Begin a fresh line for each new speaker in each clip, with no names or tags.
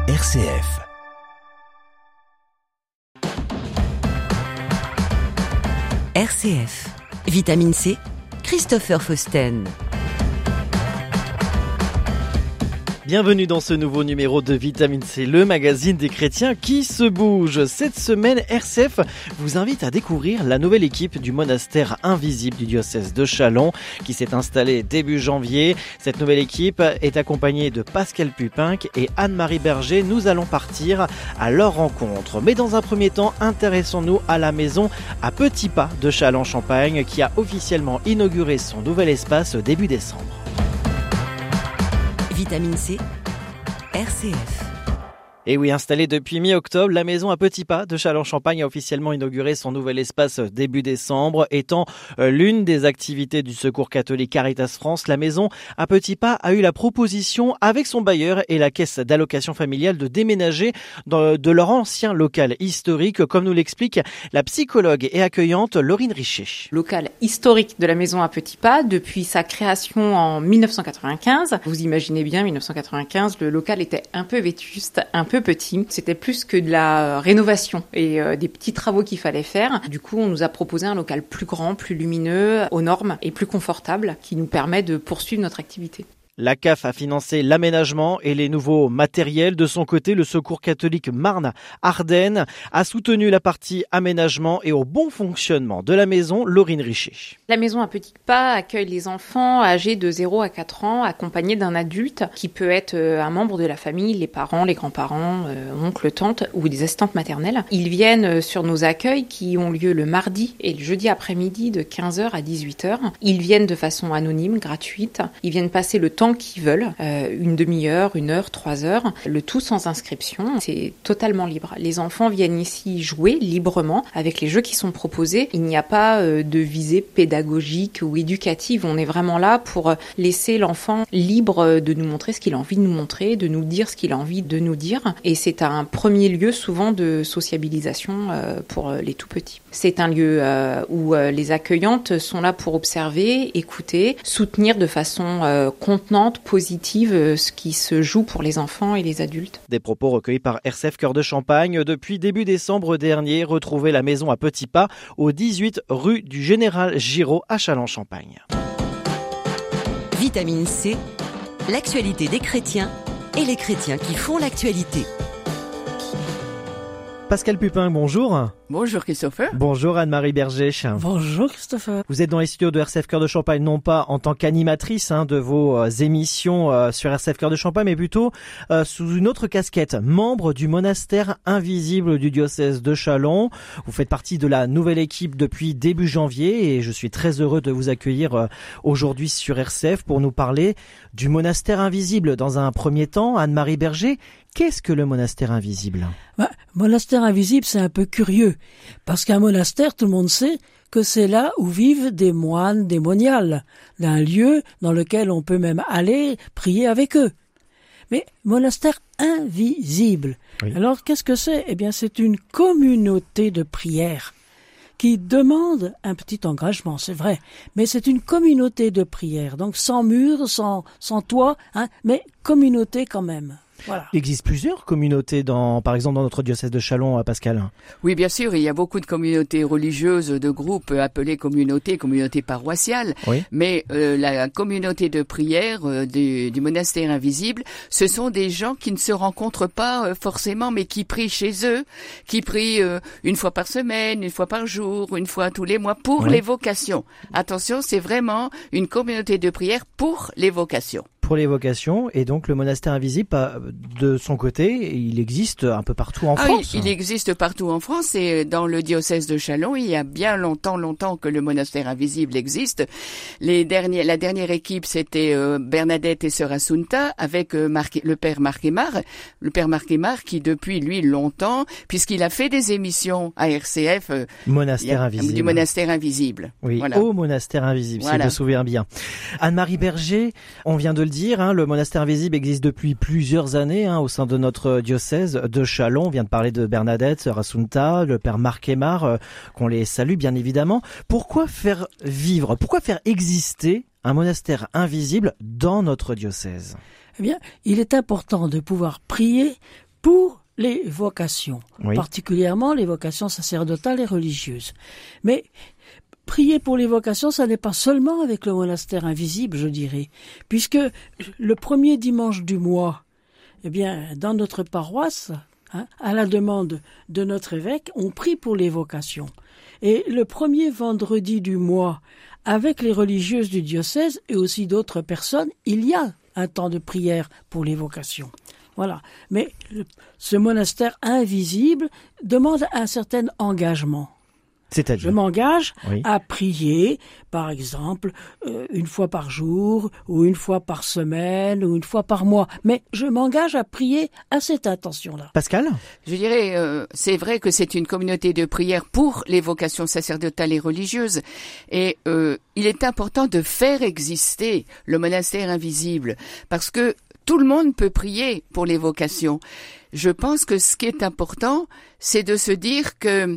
RCF.
RCF. Vitamine C, Christopher Fausten.
Bienvenue dans ce nouveau numéro de Vitamine C, le magazine des chrétiens qui se bougent. Cette semaine, RCF vous invite à découvrir la nouvelle équipe du monastère invisible du diocèse de Châlons qui s'est installée début janvier. Cette nouvelle équipe est accompagnée de Pascal Pupinck et Anne-Marie Berger. Nous allons partir à leur rencontre. Mais dans un premier temps, intéressons-nous à la maison à petits pas de Châlons-Champagne qui a officiellement inauguré son nouvel espace début décembre.
Vitamine C, RCF.
Et oui, installée depuis mi-octobre, la maison à petits pas de Châlons-Champagne a officiellement inauguré son nouvel espace début décembre. Étant l'une des activités du Secours catholique Caritas France, la maison à petits pas a eu la proposition avec son bailleur et la caisse d'allocation familiale de déménager de leur ancien local historique, comme nous l'explique la psychologue et accueillante Laurine Richet.
Local historique de la maison à petits pas depuis sa création en 1995. Vous imaginez bien, 1995, le local était un peu vétuste, un peu petit. C'était plus que de la rénovation et des petits travaux qu'il fallait faire. Du coup, on nous a proposé un local plus grand, plus lumineux, aux normes et plus confortable qui nous permet de poursuivre notre activité.
La CAF a financé l'aménagement et les nouveaux matériels. De son côté, le Secours catholique Marne-Ardennes a soutenu la partie aménagement et au bon fonctionnement de la maison. Laurine Richet.
La maison à petits pas accueille les enfants âgés de 0 à 4 ans accompagnés d'un adulte qui peut être un membre de la famille, les parents, les grands-parents, oncles, tantes ou des assistantes maternelles. Ils viennent sur nos accueils qui ont lieu le mardi et le jeudi après-midi de 15h à 18h. Ils viennent de façon anonyme, gratuite. Ils viennent passer le temps qu'ils veulent, une demi-heure, 1 heure, 3 heures, le tout sans inscription, c'est totalement libre. Les enfants viennent ici jouer librement avec les jeux qui sont proposés. Il n'y a pas de visée pédagogique ou éducative, on est vraiment là pour laisser l'enfant libre de nous montrer ce qu'il a envie de nous montrer, de nous dire ce qu'il a envie de nous dire, et c'est un premier lieu souvent de sociabilisation pour les tout petits. C'est un lieu où les accueillantes sont là pour observer, écouter, soutenir de façon contenante, positive, ce qui se joue pour les enfants et les adultes.
Des propos recueillis par RCF Cœur de Champagne. Depuis début décembre dernier, retrouvez la maison à petits pas au 18 rue du Général Giraud à Châlons-Champagne.
Vitamine C, l'actualité des chrétiens et les chrétiens qui font l'actualité.
Pascal Pupinck, bonjour.
Bonjour Christopher.
Bonjour Anne-Marie Berger.
Bonjour Christopher.
Vous êtes dans les studios de RCF Cœur de Champagne, non pas en tant qu'animatrice de vos émissions sur RCF Cœur de Champagne, mais plutôt sous une autre casquette, membre du monastère invisible du diocèse de Châlons. Vous faites partie de la nouvelle équipe depuis début janvier et je suis très heureux de vous accueillir aujourd'hui sur RCF pour nous parler du monastère invisible. Dans un premier temps, Anne-Marie Berger, qu'est-ce que le monastère invisible ?
Monastère invisible, c'est un peu curieux, parce qu'un monastère, tout le monde sait que c'est là où vivent des moines, des moniales, un lieu dans lequel on peut même aller prier avec eux. Mais monastère invisible. Oui. Alors, qu'est-ce que c'est ? Eh bien, c'est une communauté de prière qui demande un petit engagement, c'est vrai, mais c'est une communauté de prière, donc sans mur, sans toit, mais communauté quand même. Voilà.
Il existe plusieurs communautés, par exemple dans notre diocèse de Châlons, Pascal.
Oui, bien sûr, il y a beaucoup de communautés religieuses, de groupes appelés communautés paroissiales. Oui. Mais la communauté de prière du monastère invisible, ce sont des gens qui ne se rencontrent pas forcément, mais qui prient chez eux, qui prient une fois par semaine, une fois par jour, une fois tous les mois pour les vocations. Attention, c'est vraiment une communauté de prière pour les vocations.
Pour les vocations, et donc le monastère invisible, de son côté, il existe un peu partout en France.
Oui, il existe partout en France et dans le diocèse de Châlons, il y a bien longtemps que le monastère invisible existe. La dernière équipe, c'était Bernadette et Sœur Assunta avec le père Marc Aymar qui depuis lui longtemps, puisqu'il a fait des émissions à RCF,
invisible.
Du monastère invisible.
Oui, voilà. Au monastère invisible, si je me souviens bien. Anne-Marie Berger, on vient de le dire, le monastère invisible existe depuis plusieurs années au sein de notre diocèse de Châlons. On vient de parler de Bernadette, Sœur Assunta, le père Marc Aymar, qu'on les salue bien évidemment. Pourquoi faire exister un monastère invisible dans notre diocèse ?
Eh bien, il est important de pouvoir prier pour les vocations,
oui.
particulièrement les vocations sacerdotales et religieuses. Mais prier pour les vocations, ça n'est pas seulement avec le monastère invisible, je dirais, puisque le premier dimanche du mois, eh bien, dans notre paroisse, à la demande de notre évêque, on prie pour les vocations. Et le premier vendredi du mois, avec les religieuses du diocèse et aussi d'autres personnes, il y a un temps de prière pour les vocations. Voilà. Mais ce monastère invisible demande un certain engagement.
C'est-à-dire ?
Je m'engage
oui.
à prier, par exemple, une fois par jour, ou une fois par semaine, ou une fois par mois. Mais je m'engage à prier à cette intention-là.
Pascal ?
Je dirais, c'est vrai que c'est une communauté de prière pour les vocations sacerdotales et religieuses. Et il est important de faire exister le monastère invisible, parce que tout le monde peut prier pour les vocations. Je pense que ce qui est important, c'est de se dire que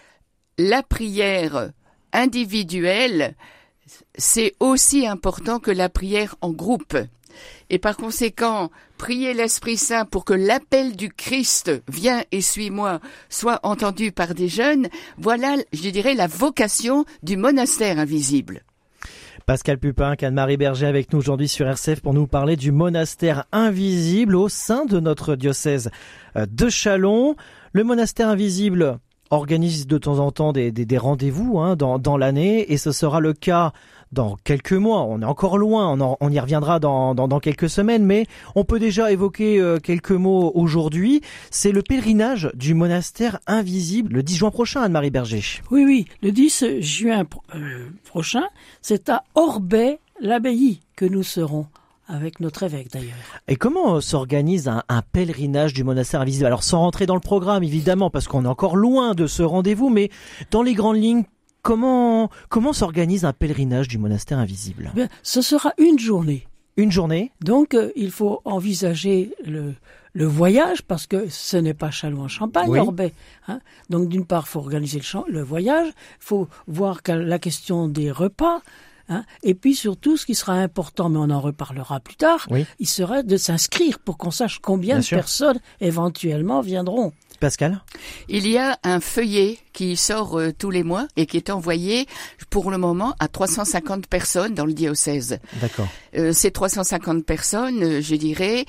la prière individuelle, c'est aussi important que la prière en groupe. Et par conséquent, prier l'Esprit Saint pour que l'appel du Christ « Viens et suis-moi » soit entendu par des jeunes, voilà, je dirais, la vocation du monastère invisible.
Pascal Pupin, Anne-Marie Berger avec nous aujourd'hui sur RCF pour nous parler du monastère invisible au sein de notre diocèse de Châlons. Le monastère invisible organise de temps en temps des rendez-vous dans l'année et ce sera le cas dans quelques mois. On est encore loin, on y reviendra dans quelques semaines, mais on peut déjà évoquer quelques mots aujourd'hui. C'est le pèlerinage du monastère invisible le 10 juin prochain, Anne-Marie Berger.
Oui, le 10 juin prochain, c'est à Orbey-l'Abbaye que nous serons. Avec notre évêque d'ailleurs.
Et comment s'organise un pèlerinage du monastère invisible ? Alors sans rentrer dans le programme évidemment, parce qu'on est encore loin de ce rendez-vous, mais dans les grandes lignes, comment s'organise un pèlerinage du monastère invisible ?
Bien, ce sera une journée.
Une journée ?
Donc il faut envisager le voyage, parce que ce n'est pas Châlons-en-Champagne,
oui.
Orbey. Donc d'une part, il faut organiser le voyage, il faut voir la question des repas. Et puis surtout, ce qui sera important, mais on en reparlera plus tard,
oui.
il sera de s'inscrire pour qu'on sache combien de personnes éventuellement viendront.
Pascal ?
Il y a un feuillet qui sort tous les mois et qui est envoyé pour le moment à 350 personnes dans le diocèse.
D'accord.
Ces 350 personnes, je dirais,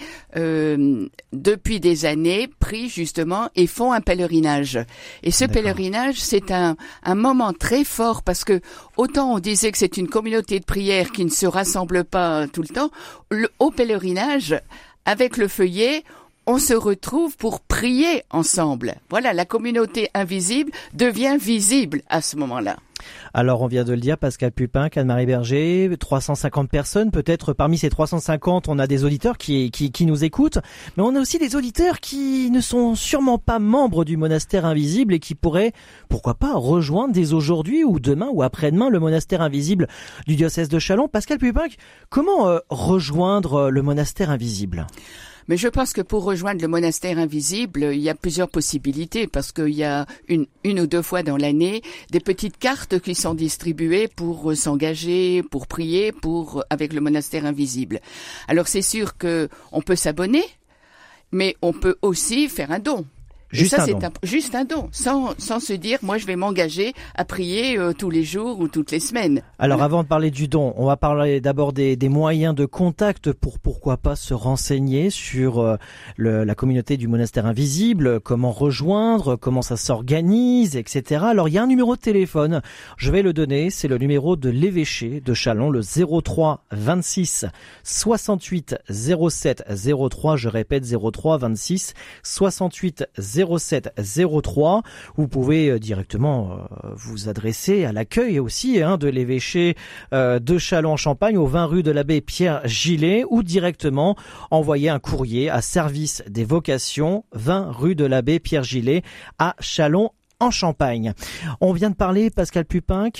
depuis des années, prient justement et font un pèlerinage. Et ce pèlerinage, c'est un moment très fort parce que autant on disait que c'est une communauté de prière qui ne se rassemble pas tout le temps, au pèlerinage, avec le feuillet, on se retrouve pour prier ensemble. Voilà, la communauté invisible devient visible à ce moment-là.
Alors, on vient de le dire, Pascal Pupin, Anne-Marie Berger, 350 personnes. Peut-être parmi ces 350, on a des auditeurs qui nous écoutent. Mais on a aussi des auditeurs qui ne sont sûrement pas membres du monastère invisible et qui pourraient, pourquoi pas, rejoindre dès aujourd'hui ou demain ou après-demain le monastère invisible du diocèse de Châlons. Pascal Pupin, comment rejoindre le monastère invisible ?
Mais je pense que pour rejoindre le monastère invisible, il y a plusieurs possibilités parce qu'il y a une ou deux fois dans l'année des petites cartes qui sont distribuées pour s'engager, pour prier, avec le monastère invisible. Alors c'est sûr que on peut s'abonner, mais on peut aussi faire un don.
Juste
un don, sans se dire, moi je vais m'engager à prier tous les jours ou toutes les semaines.
Alors avant de parler du don, on va parler d'abord des moyens de contact pour pourquoi pas se renseigner sur la communauté du monastère invisible, comment rejoindre, comment ça s'organise, etc. Alors il y a un numéro de téléphone, je vais le donner, c'est le numéro de l'évêché de Châlons, le 03 26 68 07 03, je répète 03 26 68 07 03. Vous pouvez directement vous adresser à l'accueil aussi de l'évêché de Châlons-en-Champagne au 20 rue de l'abbé Pierre Gillet ou directement envoyer un courrier à service des vocations 20 rue de l'abbé Pierre Gillet à Châlons en Champagne. On vient de parler, Pascal Pupin,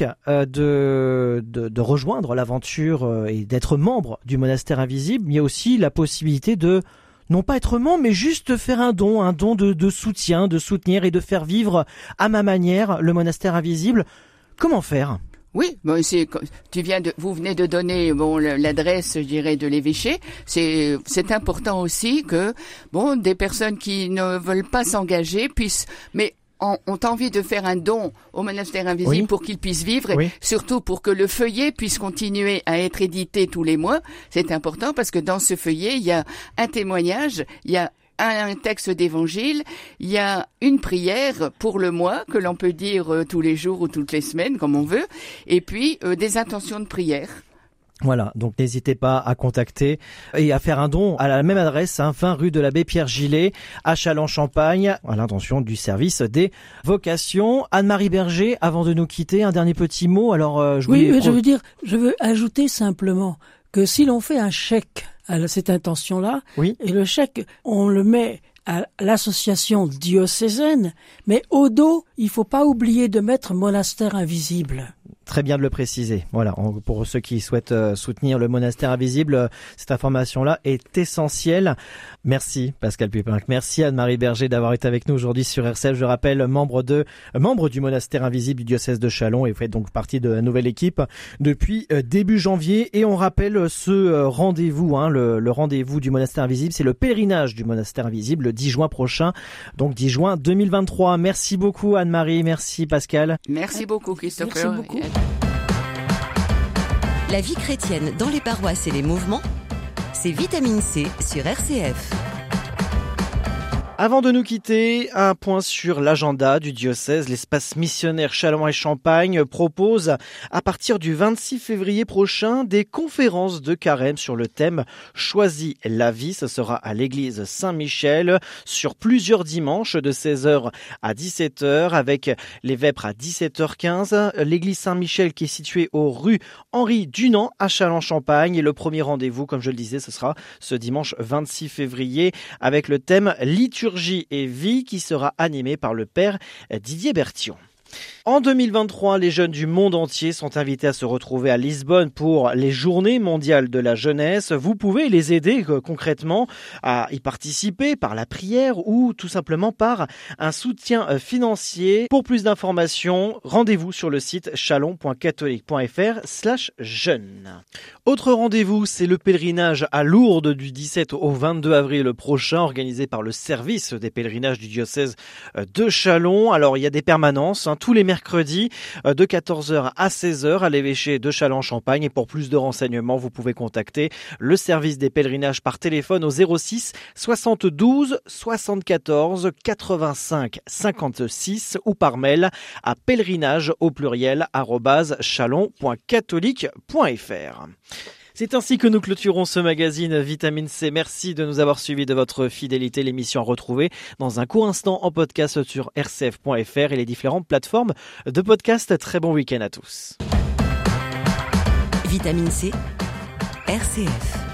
de rejoindre l'aventure et d'être membre du monastère invisible. Il y a aussi la possibilité de non pas être membre, mais juste faire un don de soutien, de soutenir et de faire vivre à ma manière le monastère invisible. Comment faire ?
Oui, bon, vous venez de donner l'adresse, je dirais, de l'évêché. C'est important aussi que des personnes qui ne veulent pas s'engager puissent, mais ont envie de faire un don au monastère invisible pour qu'ils puissent vivre, et surtout pour que le feuillet puisse continuer à être édité tous les mois. C'est important parce que dans ce feuillet, il y a un témoignage, il y a un texte d'évangile, il y a une prière pour le mois que l'on peut dire tous les jours ou toutes les semaines comme on veut, et puis des intentions de prière.
Voilà, donc n'hésitez pas à contacter et à faire un don à la même adresse, 20 rue de l'abbé Pierre Gillet, à Châlons-Champagne, à l'intention du service des vocations. Anne-Marie Berger, avant de nous quitter, un dernier petit mot. Alors, je
veux ajouter simplement que si l'on fait un chèque à cette intention-là, et le chèque, on le met à l'association diocésaine, mais au dos, il faut pas oublier de mettre monastère invisible.
Très bien de le préciser. Voilà, pour ceux qui souhaitent soutenir le monastère invisible, cette information-là est essentielle. Merci Pascal Pupin. Merci Anne-Marie Berger d'avoir été avec nous aujourd'hui sur RCF. Je rappelle, membre du monastère invisible du diocèse de Châlons, et vous faites donc partie de la nouvelle équipe depuis début janvier. Et on rappelle ce rendez-vous, le rendez-vous du monastère invisible, c'est le pèlerinage du monastère invisible le 10 juin prochain, donc 10 juin 2023. Merci beaucoup Anne-Marie, merci Pascal.
Merci beaucoup Christopher.
Merci beaucoup.
La vie chrétienne dans les paroisses et les mouvements, c'est Vitamine C sur RCF.
Avant de nous quitter, un point sur l'agenda du diocèse. L'espace missionnaire Châlons et Champagne propose à partir du 26 février prochain des conférences de carême sur le thème « Choisis la vie ». Ce sera à l'église Saint-Michel sur plusieurs dimanches de 16h à 17h avec les vêpres à 17h15. L'église Saint-Michel qui est située aux rues Henri Dunant à Châlons-Champagne. Et le premier rendez-vous, comme je le disais, ce sera ce dimanche 26 février avec le thème « Liturgie et vie » qui sera animé par le père Didier Berthion. En 2023, les jeunes du monde entier sont invités à se retrouver à Lisbonne pour les Journées mondiales de la jeunesse. Vous pouvez les aider concrètement à y participer par la prière ou tout simplement par un soutien financier. Pour plus d'informations, rendez-vous sur le site chalon.catholique.fr/jeunes. Autre rendez-vous, c'est le pèlerinage à Lourdes du 17 au 22 avril prochain, organisé par le service des pèlerinages du diocèse de Châlons. Alors, il y a des permanences tous les mercredis de 14h à 16h à l'évêché de Châlons-Champagne. Et pour plus de renseignements, vous pouvez contacter le service des pèlerinages par téléphone au 06 72 74 85 56 ou par mail à pèlerinage@chalon.catholique.fr. C'est ainsi que nous clôturons ce magazine Vitamine C. Merci de nous avoir suivis, de votre fidélité. L'émission à retrouver dans un court instant en podcast sur rcf.fr et les différentes plateformes de podcast. Très bon week-end à tous.
Vitamine C, RCF.